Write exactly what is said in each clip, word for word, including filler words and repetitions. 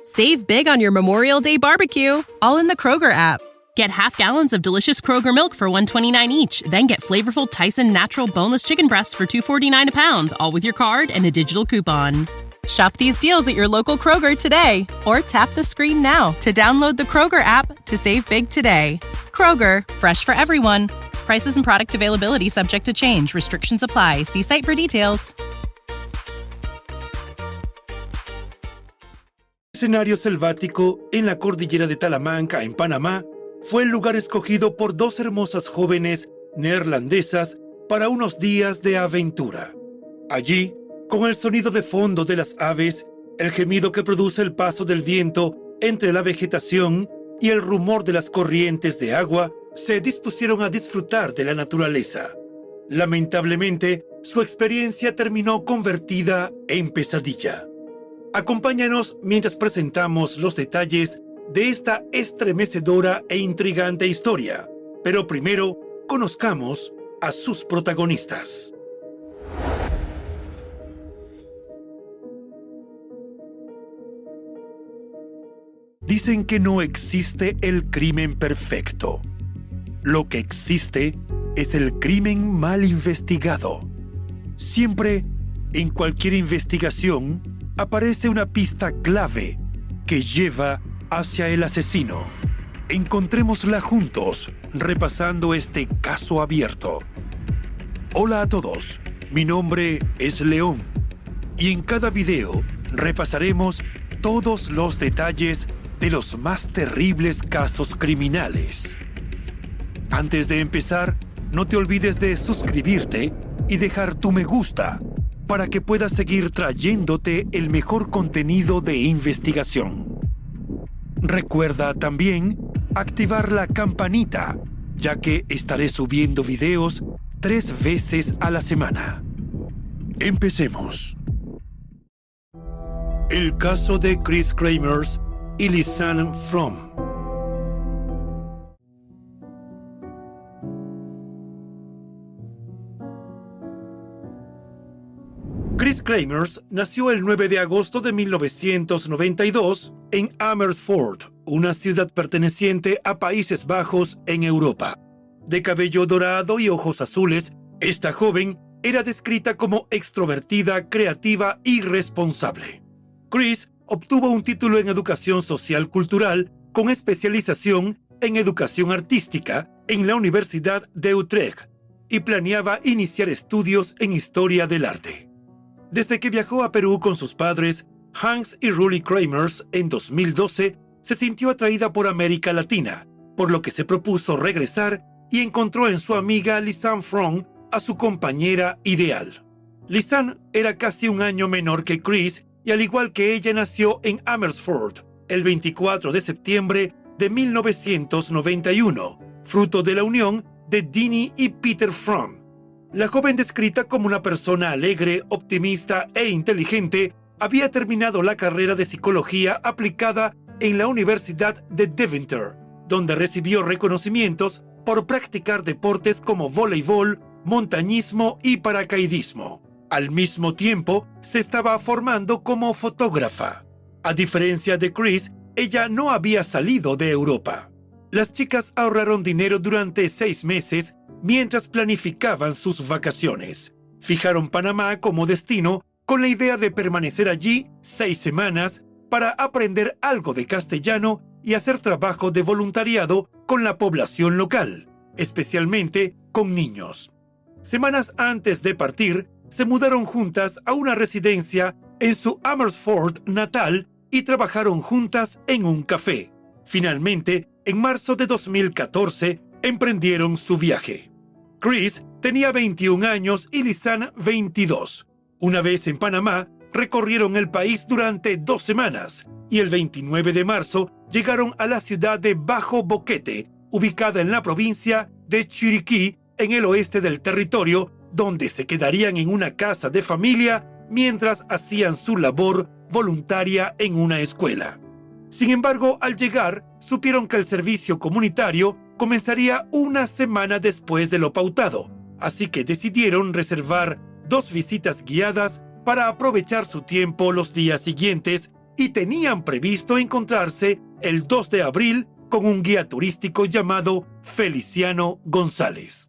Save big on your Memorial Day barbecue, all in the Kroger app. Get half gallons of delicious Kroger milk for one dollar and twenty-nine cents each. Then get flavorful Tyson natural boneless chicken breasts for two dollars and forty-nine cents a pound, all with your card and a digital coupon. Shop these deals at your local Kroger today, or tap the screen now to download the Kroger app to save big today. Kroger, fresh for everyone. Prices and product availability subject to change. Restrictions apply. See site for details. Escenario selvático en la cordillera de Talamanca, en Panamá, fue el lugar escogido por dos hermosas jóvenes neerlandesas para unos días de aventura. Allí, con el sonido de fondo de las aves, el gemido que produce el paso del viento entre la vegetación y el rumor de las corrientes de agua, se dispusieron a disfrutar de la naturaleza. Lamentablemente, su experiencia terminó convertida en pesadilla. Acompáñanos mientras presentamos los detalles de esta estremecedora e intrigante historia. Pero primero, conozcamos a sus protagonistas. Dicen que no existe el crimen perfecto. Lo que existe es el crimen mal investigado. Siempre, en cualquier investigación, aparece una pista clave que lleva hacia el asesino. Encontrémosla juntos, repasando este caso abierto. Hola a todos, mi nombre es León, y en cada video repasaremos todos los detalles de los más terribles casos criminales. Antes de empezar, no te olvides de suscribirte y dejar tu me gusta para que puedas seguir trayéndote el mejor contenido de investigación. Recuerda también activar la campanita, ya que estaré subiendo videos tres veces a la semana. Empecemos. El caso de Chris Kramers y Lisanne Fromm. Chris Kramers nació el nueve de agosto de mil novecientos noventa y dos en Amersfoort, una ciudad perteneciente a Países Bajos en Europa. De cabello dorado y ojos azules, esta joven era descrita como extrovertida, creativa y responsable. Chris obtuvo un título en Educación Social Cultural con especialización en Educación Artística en la Universidad de Utrecht y planeaba iniciar estudios en Historia del Arte. Desde que viajó a Perú con sus padres, Hans y Rulie Kramers, en dos mil doce, se sintió atraída por América Latina, por lo que se propuso regresar y encontró en su amiga Lisanne Fromm a su compañera ideal. Lisanne era casi un año menor que Chris y al igual que ella nació en Amersfoort el veinticuatro de septiembre de mil novecientos noventa y uno, fruto de la unión de Dini y Peter Fromm. La joven, descrita como una persona alegre, optimista e inteligente, había terminado la carrera de psicología aplicada en la Universidad de Deventer, donde recibió reconocimientos por practicar deportes como voleibol, montañismo y paracaidismo. Al mismo tiempo, se estaba formando como fotógrafa. A diferencia de Chris, ella no había salido de Europa. Las chicas ahorraron dinero durante seis meses mientras planificaban sus vacaciones. Fijaron Panamá como destino con la idea de permanecer allí seis semanas para aprender algo de castellano y hacer trabajo de voluntariado con la población local, especialmente con niños. Semanas antes de partir, se mudaron juntas a una residencia en su Amersfoort natal y trabajaron juntas en un café. Finalmente, en marzo de dos mil catorce, emprendieron su viaje. Chris tenía veintiún años y Lisanne veintidós. Una vez en Panamá, recorrieron el país durante dos semanas y el veintinueve de marzo llegaron a la ciudad de Bajo Boquete, ubicada en la provincia de Chiriquí, en el oeste del territorio, donde se quedarían en una casa de familia mientras hacían su labor voluntaria en una escuela. Sin embargo, al llegar, supieron que el servicio comunitario comenzaría una semana después de lo pautado, así que decidieron reservar dos visitas guiadas para aprovechar su tiempo los días siguientes y tenían previsto encontrarse el dos de abril con un guía turístico llamado Feliciano González.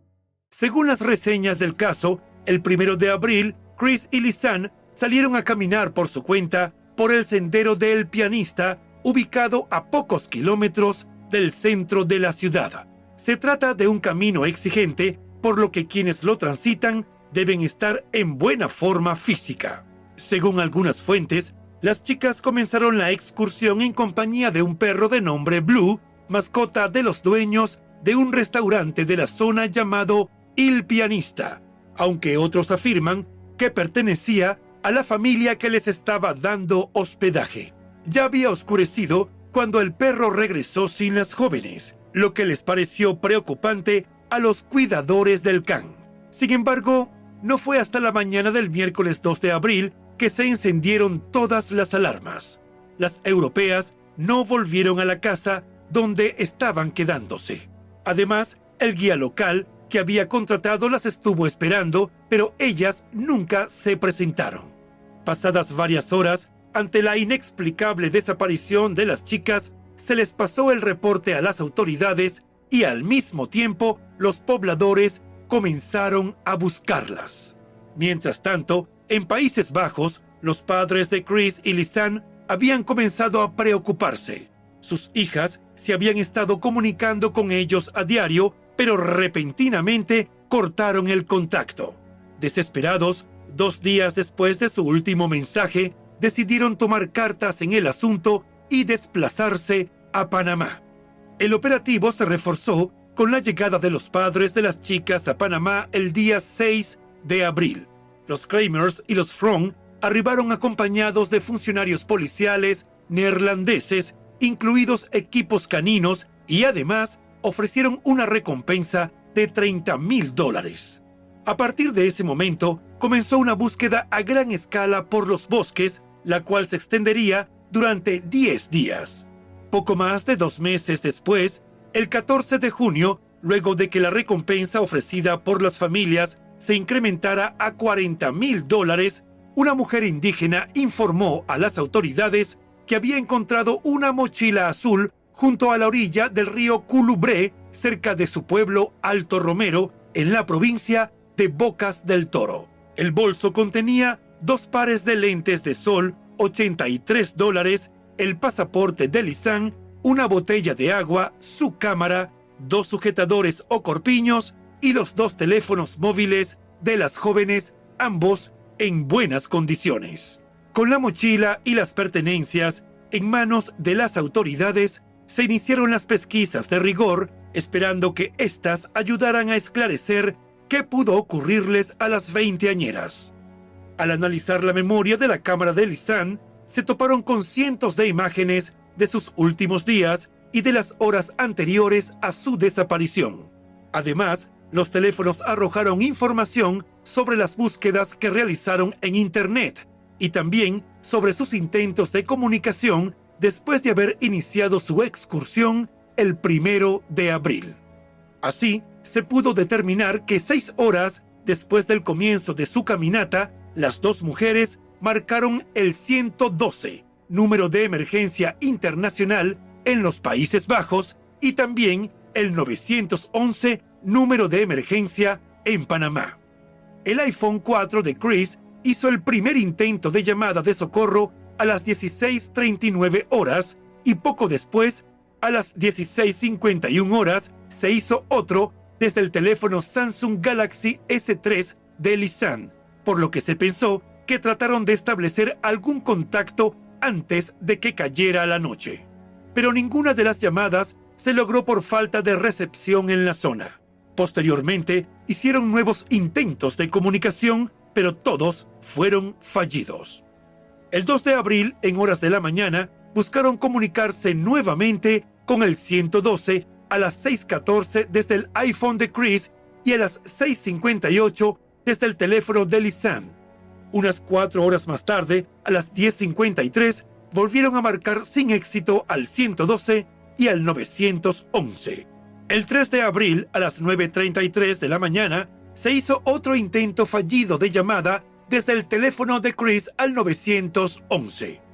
Según las reseñas del caso, el primero de abril, Chris y Lisanne salieron a caminar por su cuenta por el sendero del Pianista, ubicado a pocos kilómetros del centro de la ciudad. Se trata de un camino exigente, por lo que quienes lo transitan deben estar en buena forma física. Según algunas fuentes, las chicas comenzaron la excursión en compañía de un perro de nombre Blue, mascota de los dueños de un restaurante de la zona llamado Il Pianista, aunque otros afirman que pertenecía a la familia que les estaba dando hospedaje. Ya había oscurecido cuando el perro regresó sin las jóvenes, lo que les pareció preocupante a los cuidadores del can. Sin embargo, no fue hasta la mañana del miércoles dos de abril que se encendieron todas las alarmas. Las europeas no volvieron a la casa donde estaban quedándose. Además, el guía local que había contratado las estuvo esperando, pero ellas nunca se presentaron. Pasadas varias horas, ante la inexplicable desaparición de las chicas, se les pasó el reporte a las autoridades y al mismo tiempo los pobladores comenzaron a buscarlas. Mientras tanto, en Países Bajos, los padres de Chris y Lisanne habían comenzado a preocuparse. Sus hijas se habían estado comunicando con ellos a diario, pero repentinamente cortaron el contacto. Desesperados, dos días después de su último mensaje, decidieron tomar cartas en el asunto y desplazarse a Panamá. El operativo se reforzó con la llegada de los padres de las chicas a Panamá el día seis de abril. Los Kramers y los Fromm arribaron acompañados de funcionarios policiales neerlandeses, incluidos equipos caninos, y además ofrecieron una recompensa de treinta mil dólares. A partir de ese momento, comenzó una búsqueda a gran escala por los bosques, la cual se extendería durante diez días. Poco más de dos meses después, el catorce de junio, luego de que la recompensa ofrecida por las familias se incrementara a cuarenta mil dólares, una mujer indígena informó a las autoridades que había encontrado una mochila azul junto a la orilla del río Culubré, cerca de su pueblo Alto Romero, en la provincia de Bocas del Toro. El bolso contenía dos pares de lentes de sol, ochenta y tres dólares, el pasaporte de Lisanne, una botella de agua, su cámara, dos sujetadores o corpiños y los dos teléfonos móviles de las jóvenes, ambos en buenas condiciones. Con la mochila y las pertenencias en manos de las autoridades, se iniciaron las pesquisas de rigor, esperando que éstas ayudaran a esclarecer qué pudo ocurrirles a las veinteañeras. Al analizar la memoria de la cámara de Lisanne, se toparon con cientos de imágenes de sus últimos días y de las horas anteriores a su desaparición. Además, los teléfonos arrojaron información sobre las búsquedas que realizaron en Internet y también sobre sus intentos de comunicación después de haber iniciado su excursión el primero de abril. Así, se pudo determinar que seis horas después del comienzo de su caminata, las dos mujeres marcaron el ciento doce, número de emergencia internacional en los Países Bajos, y también el novecientos once, número de emergencia en Panamá. El iPhone cuatro de Chris hizo el primer intento de llamada de socorro a las dieciséis treinta y nueve horas y poco después, a las dieciséis cincuenta y una horas, se hizo otro desde el teléfono Samsung Galaxy ese tres de Lisanne, por lo que se pensó que trataron de establecer algún contacto antes de que cayera la noche. Pero ninguna de las llamadas se logró por falta de recepción en la zona. Posteriormente, hicieron nuevos intentos de comunicación, pero todos fueron fallidos. El dos de abril, en horas de la mañana, buscaron comunicarse nuevamente con el ciento doce a las seis catorce desde el iPhone de Chris y a las seis cincuenta y ocho desde el teléfono de Lisanne. Unas cuatro horas más tarde, a las diez cincuenta y tres, volvieron a marcar sin éxito al ciento doce y al novecientos once. El tres de abril, a las nueve treinta y tres de la mañana, se hizo otro intento fallido de llamada desde el teléfono de Chris al novecientos once.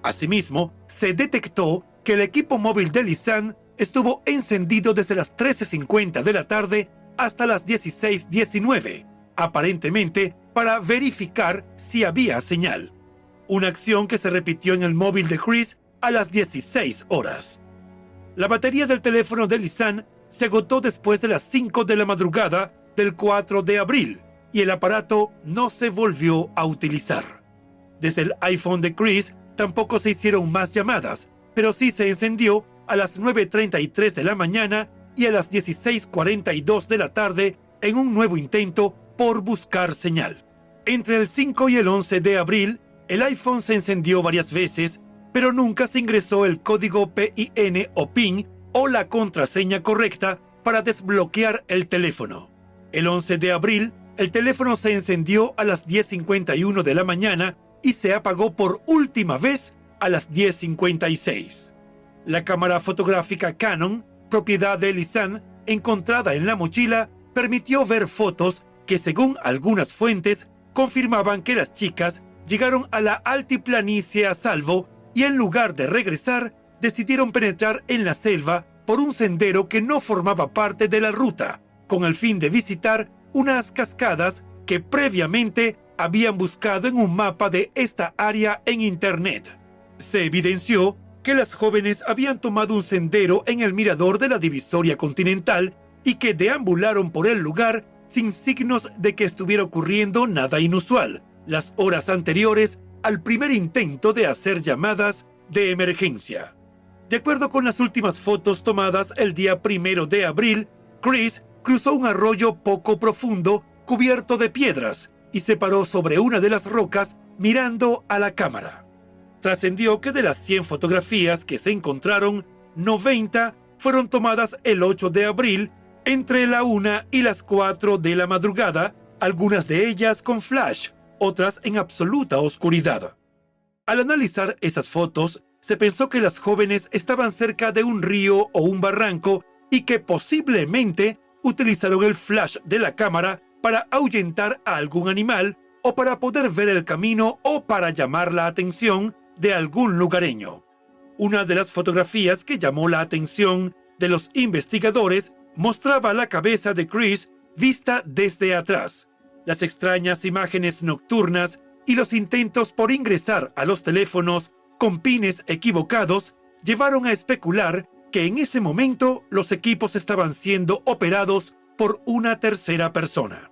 Asimismo, se detectó que el equipo móvil de Lisanne estuvo encendido desde las trece cincuenta de la tarde hasta las dieciséis diecinueve, aparentemente para verificar si había señal. Una acción que se repitió en el móvil de Chris a las dieciséis horas. La batería del teléfono de Lisanne se agotó después de las cinco de la madrugada del cuatro de abril y el aparato no se volvió a utilizar. Desde el iPhone de Chris tampoco se hicieron más llamadas, pero sí se encendió a las nueve treinta y tres de la mañana y a las dieciséis cuarenta y dos de la tarde en un nuevo intento por buscar señal. Entre el cinco y el once de abril, el iPhone se encendió varias veces, pero nunca se ingresó el código P I N o PIN o la contraseña correcta para desbloquear el teléfono. El once de abril, el teléfono se encendió a las diez cincuenta y uno de la mañana y se apagó por última vez a las diez cincuenta y seis. La cámara fotográfica Canon, propiedad de Lisanne, encontrada en la mochila, permitió ver fotos que, según algunas fuentes, confirmaban que las chicas llegaron a la altiplanicie a salvo y en lugar de regresar, decidieron penetrar en la selva por un sendero que no formaba parte de la ruta, con el fin de visitar unas cascadas que previamente habían buscado en un mapa de esta área en Internet. Se evidenció que las jóvenes habían tomado un sendero en el mirador de la divisoria continental y que deambularon por el lugar sin signos de que estuviera ocurriendo nada inusual las horas anteriores al primer intento de hacer llamadas de emergencia. De acuerdo con las últimas fotos tomadas el día primero de abril, Chris cruzó un arroyo poco profundo cubierto de piedras y se paró sobre una de las rocas mirando a la cámara. Trascendió que de las cien fotografías que se encontraron, noventa fueron tomadas el ocho de abril entre la una y las cuatro de la madrugada, algunas de ellas con flash, otras en absoluta oscuridad. Al analizar esas fotos, se pensó que las jóvenes estaban cerca de un río o un barranco y que posiblemente utilizaron el flash de la cámara para ahuyentar a algún animal o para poder ver el camino o para llamar la atención de algún lugareño. Una de las fotografías que llamó la atención de los investigadores mostraba la cabeza de Chris vista desde atrás. Las extrañas imágenes nocturnas y los intentos por ingresar a los teléfonos con pines equivocados llevaron a especular que en ese momento los equipos estaban siendo operados por una tercera persona.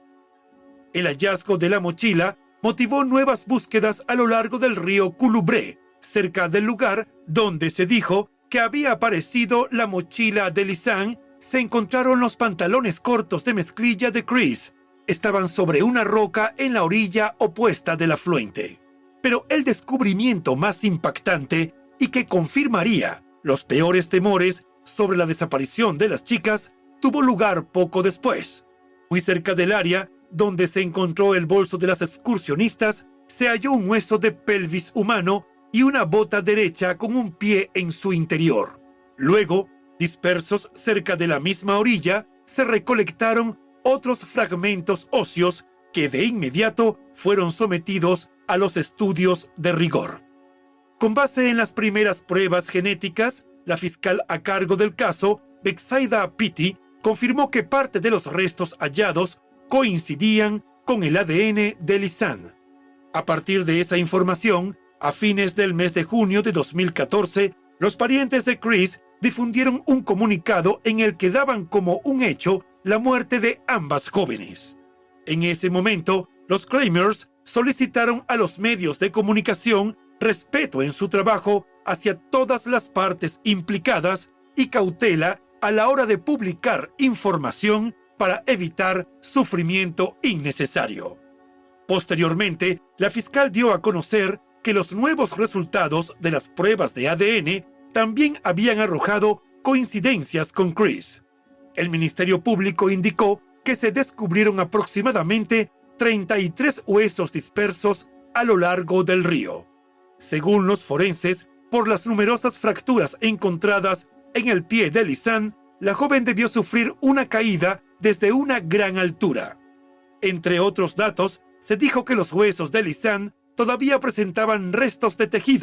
El hallazgo de la mochila motivó nuevas búsquedas a lo largo del río Culubré, cerca del lugar donde se dijo que había aparecido la mochila de Lisanne. Se encontraron los pantalones cortos de mezclilla de Chris. Estaban sobre una roca en la orilla opuesta del afluente. Pero el descubrimiento más impactante y que confirmaría los peores temores sobre la desaparición de las chicas tuvo lugar poco después. Muy cerca del área donde se encontró el bolso de las excursionistas, se halló un hueso de pelvis humano y una bota derecha con un pie en su interior. Luego, dispersos cerca de la misma orilla, se recolectaron otros fragmentos óseos que de inmediato fueron sometidos a los estudios de rigor. Con base en las primeras pruebas genéticas, la fiscal a cargo del caso, Bexaida Pitti, confirmó que parte de los restos hallados coincidían con el A D N de Lisanne. A partir de esa información, a fines del mes de junio de dos mil catorce, los parientes de Chris difundieron un comunicado en el que daban como un hecho la muerte de ambas jóvenes. En ese momento, los Kramers solicitaron a los medios de comunicación respeto en su trabajo hacia todas las partes implicadas y cautela a la hora de publicar información para evitar sufrimiento innecesario. Posteriormente, la fiscal dio a conocer que los nuevos resultados de las pruebas de A D N también habían arrojado coincidencias con Chris. El Ministerio Público indicó que se descubrieron aproximadamente treinta y tres huesos dispersos a lo largo del río. Según los forenses, por las numerosas fracturas encontradas en el pie de Lisanne, la joven debió sufrir una caída desde una gran altura. Entre otros datos, se dijo que los huesos de Lisanne todavía presentaban restos de tejido,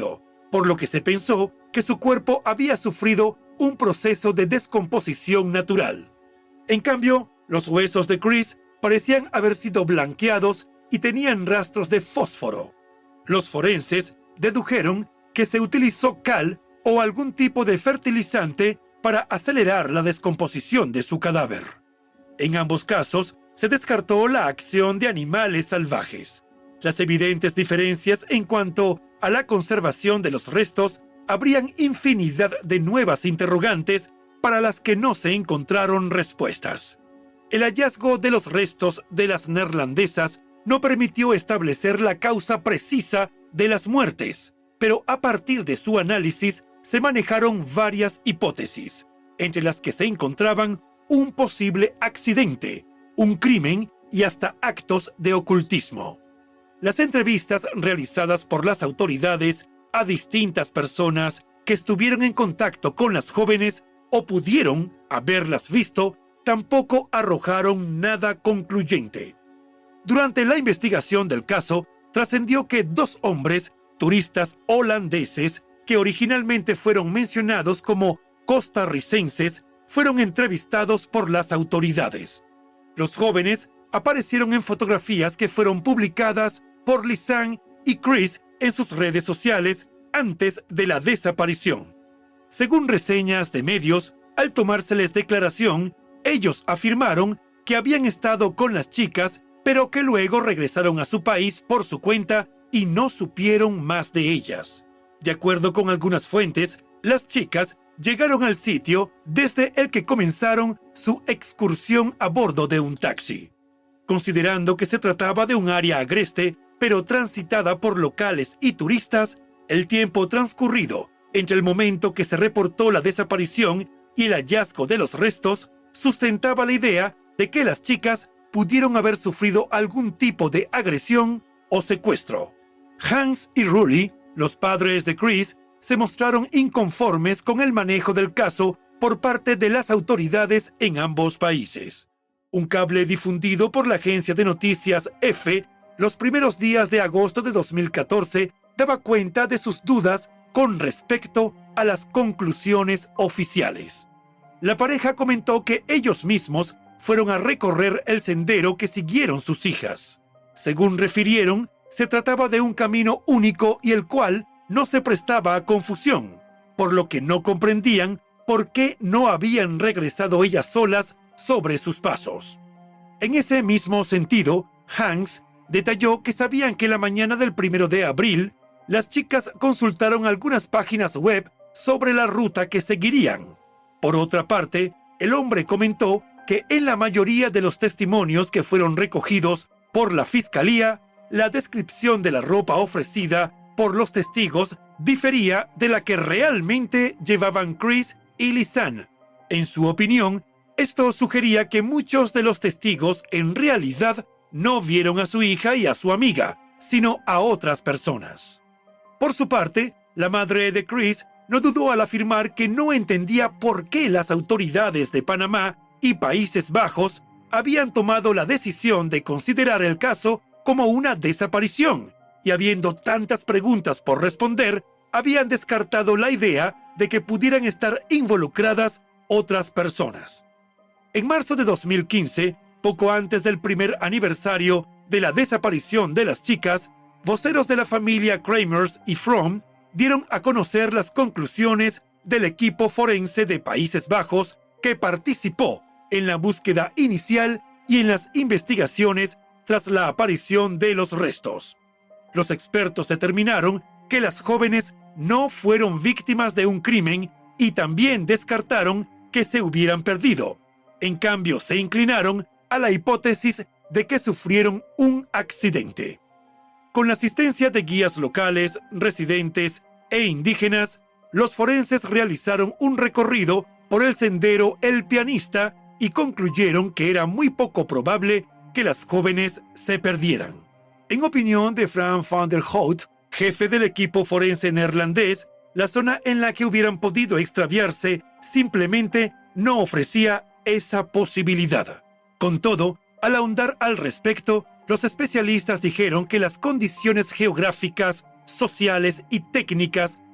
por lo que se pensó que su cuerpo había sufrido un proceso de descomposición natural. En cambio, los huesos de Chris parecían haber sido blanqueados y tenían rastros de fósforo. Los forenses dedujeron que se utilizó cal o algún tipo de fertilizante para acelerar la descomposición de su cadáver. En ambos casos, se descartó la acción de animales salvajes. Las evidentes diferencias en cuanto a la conservación de los restos habrían infinidad de nuevas interrogantes para las que no se encontraron respuestas. El hallazgo de los restos de las neerlandesas no permitió establecer la causa precisa de las muertes, pero a partir de su análisis se manejaron varias hipótesis, entre las que se encontraban un posible accidente, un crimen y hasta actos de ocultismo. Las entrevistas realizadas por las autoridades a distintas personas que estuvieron en contacto con las jóvenes o pudieron haberlas visto tampoco arrojaron nada concluyente. Durante la investigación del caso, trascendió que dos hombres, turistas holandeses, que originalmente fueron mencionados como costarricenses, fueron entrevistados por las autoridades. Los jóvenes aparecieron en fotografías que fueron publicadas por Lisanne y Chris en sus redes sociales antes de la desaparición. Según reseñas de medios, al tomárseles declaración, ellos afirmaron que habían estado con las chicas, pero que luego regresaron a su país por su cuenta y no supieron más de ellas. De acuerdo con algunas fuentes, las chicas llegaron al sitio desde el que comenzaron su excursión a bordo de un taxi. Considerando que se trataba de un área agreste, pero transitada por locales y turistas, el tiempo transcurrido entre el momento que se reportó la desaparición y el hallazgo de los restos sustentaba la idea de que las chicas pudieron haber sufrido algún tipo de agresión o secuestro. Hans y Rulli, los padres de Chris, se mostraron inconformes con el manejo del caso por parte de las autoridades en ambos países. Un cable difundido por la agencia de noticias E F E los primeros días de agosto de dos mil catorce daba cuenta de sus dudas con respecto a las conclusiones oficiales. La pareja comentó que ellos mismos fueron a recorrer el sendero que siguieron sus hijas. Según refirieron, se trataba de un camino único y el cual no se prestaba a confusión, por lo que no comprendían por qué no habían regresado ellas solas sobre sus pasos. En ese mismo sentido, Hans detalló que sabían que la mañana del primero de abril, las chicas consultaron algunas páginas web sobre la ruta que seguirían. Por otra parte, el hombre comentó que en la mayoría de los testimonios que fueron recogidos por la fiscalía, la descripción de la ropa ofrecida por los testigos difería de la que realmente llevaban Chris y Lisanne. En su opinión, esto sugería que muchos de los testigos en realidad no vieron a su hija y a su amiga, sino a otras personas. Por su parte, la madre de Chris no dudó al afirmar que no entendía por qué las autoridades de Panamá y Países Bajos habían tomado la decisión de considerar el caso como una desaparición, y habiendo tantas preguntas por responder, habían descartado la idea de que pudieran estar involucradas otras personas. En marzo de dos mil quince, poco antes del primer aniversario de la desaparición de las chicas, voceros de la familia Kramers y Fromm dieron a conocer las conclusiones del equipo forense de Países Bajos que participó en la búsqueda inicial y en las investigaciones tras la aparición de los restos. Los expertos determinaron que las jóvenes no fueron víctimas de un crimen y también descartaron que se hubieran perdido. En cambio, se inclinaron a la hipótesis de que sufrieron un accidente. Con la asistencia de guías locales, residentes e indígenas, los forenses realizaron un recorrido por el sendero El Pianista y concluyeron que era muy poco probable que las jóvenes se perdieran. En opinión de Frank van der Hout, jefe del equipo forense neerlandés, la zona en la que hubieran podido extraviarse simplemente no ofrecía esa posibilidad. Con todo, al ahondar al respecto, los especialistas dijeron que las condiciones geográficas, sociales y técnicas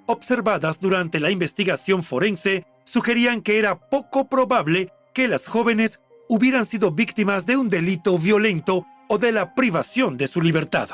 observadas durante la investigación forense sugerían que era poco probable que las jóvenes hubieran sido víctimas de un delito violento o de la privación de su libertad.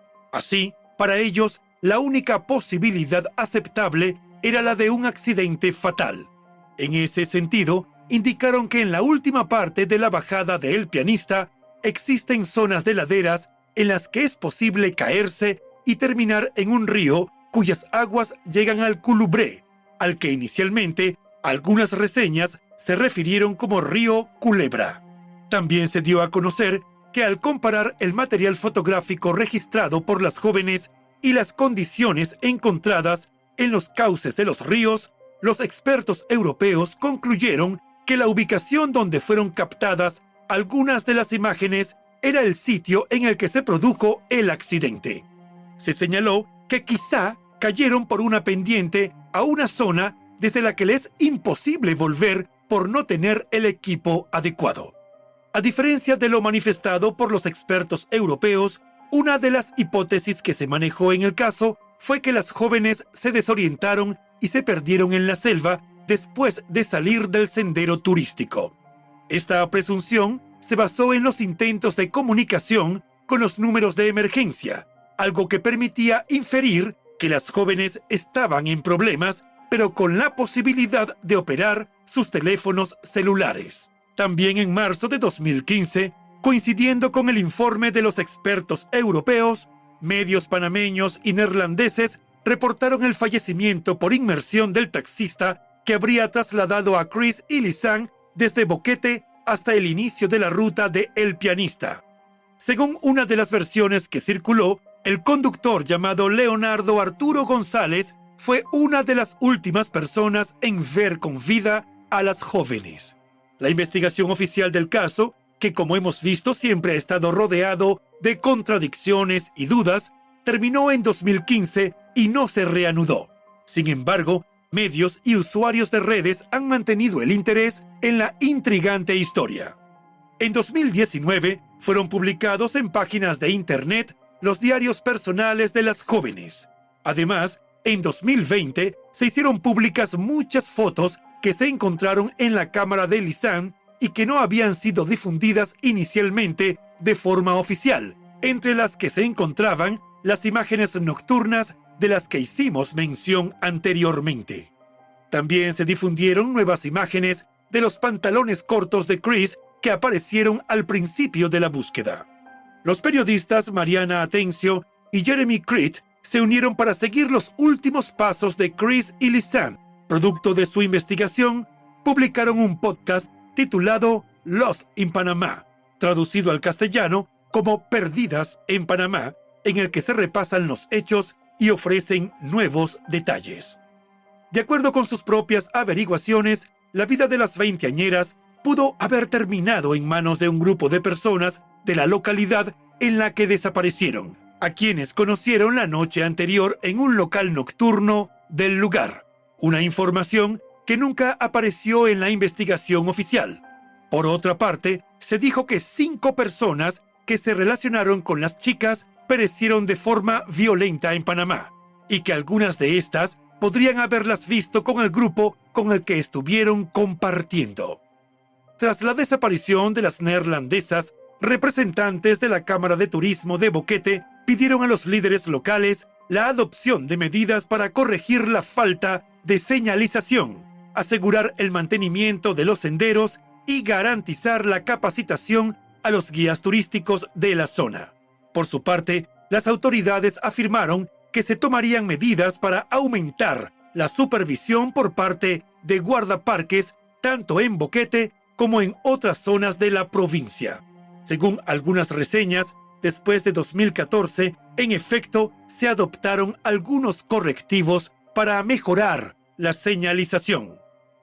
Así, para ellos, la única posibilidad aceptable era la de un accidente fatal. En ese sentido, indicaron que en la última parte de la bajada de El Pianista existen zonas de laderas en las que es posible caerse y terminar en un río cuyas aguas llegan al Culubré, al que inicialmente algunas reseñas se refirieron como río Culebra. También se dio a conocer que al comparar el material fotográfico registrado por las jóvenes y las condiciones encontradas en los cauces de los ríos, los expertos europeos concluyeron que la ubicación donde fueron captadas algunas de las imágenes era el sitio en el que se produjo el accidente. Se señaló que quizá cayeron por una pendiente a una zona desde la que les es imposible volver por no tener el equipo adecuado. A diferencia de lo manifestado por los expertos europeos, una de las hipótesis que se manejó en el caso fue que las jóvenes se desorientaron y se perdieron en la selva después de salir del sendero turístico. Esta presunción se basó en los intentos de comunicación con los números de emergencia, algo que permitía inferir que las jóvenes estaban en problemas, pero con la posibilidad de operar sus teléfonos celulares. También en marzo de dos mil quince, coincidiendo con el informe de los expertos europeos, medios panameños y neerlandeses reportaron el fallecimiento por inmersión del taxista que habría trasladado a Chris y Lisanne desde Boquete hasta el inicio de la ruta de El Pianista. Según una de las versiones que circuló, el conductor llamado Leonardo Arturo González fue una de las últimas personas en ver con vida a las jóvenes. La investigación oficial del caso, que como hemos visto siempre ha estado rodeado de contradicciones y dudas, terminó en dos mil quince y no se reanudó. Sin embargo, medios y usuarios de redes han mantenido el interés en la intrigante historia. En dos mil diecinueve fueron publicados en páginas de internet los diarios personales de las jóvenes. Además, en dos mil veinte se hicieron públicas muchas fotos que se encontraron en la cámara de Lisanne y que no habían sido difundidas inicialmente de forma oficial, entre las que se encontraban las imágenes nocturnas de las que hicimos mención anteriormente. También se difundieron nuevas imágenes de los pantalones cortos de Chris que aparecieron al principio de la búsqueda. Los periodistas Mariana Atencio y Jeremy Creed se unieron para seguir los últimos pasos de Chris y Lisanne. Producto de su investigación, publicaron un podcast titulado Lost in Panama, traducido al castellano como Perdidas en Panamá, en el que se repasan los hechos y ofrecen nuevos detalles. De acuerdo con sus propias averiguaciones, la vida de las veinteañeras pudo haber terminado en manos de un grupo de personas de la localidad en la que desaparecieron, a quienes conocieron la noche anterior en un local nocturno del lugar, una información que nunca apareció en la investigación oficial. Por otra parte, se dijo que cinco personas que se relacionaron con las chicas perecieron de forma violenta en Panamá, y que algunas de estas podrían haberlas visto con el grupo con el que estuvieron compartiendo. Tras la desaparición de las neerlandesas, representantes de la Cámara de Turismo de Boquete pidieron a los líderes locales la adopción de medidas para corregir la falta de señalización, asegurar el mantenimiento de los senderos y garantizar la capacitación a los guías turísticos de la zona. Por su parte, las autoridades afirmaron que se tomarían medidas para aumentar la supervisión por parte de guardaparques tanto en Boquete como en otras zonas de la provincia. Según algunas reseñas, después de dos mil catorce, en efecto, se adoptaron algunos correctivos para mejorar la señalización.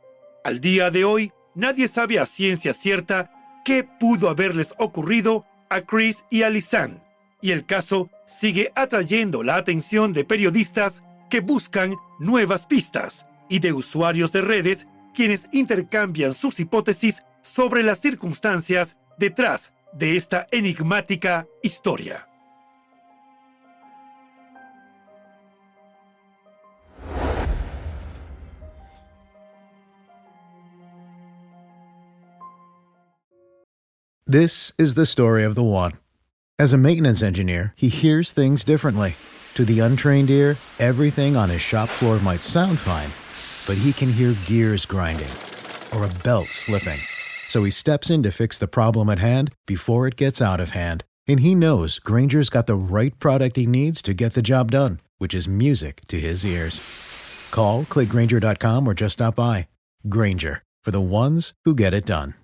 Al día de hoy, nadie sabe a ciencia cierta qué pudo haberles ocurrido a Chris y a Lisanne, y el caso sigue atrayendo la atención de periodistas que buscan nuevas pistas y de usuarios de redes quienes intercambian sus hipótesis sobre las circunstancias detrás de esta enigmática historia. This is the story of the one. As a maintenance engineer, he hears things differently. To the untrained ear, everything on his shop floor might sound fine, but he can hear gears grinding or a belt slipping. So he steps in to fix the problem at hand before it gets out of hand. And he knows Grainger's got the right product he needs to get the job done, which is music to his ears. Call, click Grainger dot com, or just stop by. Grainger, for the ones who get it done.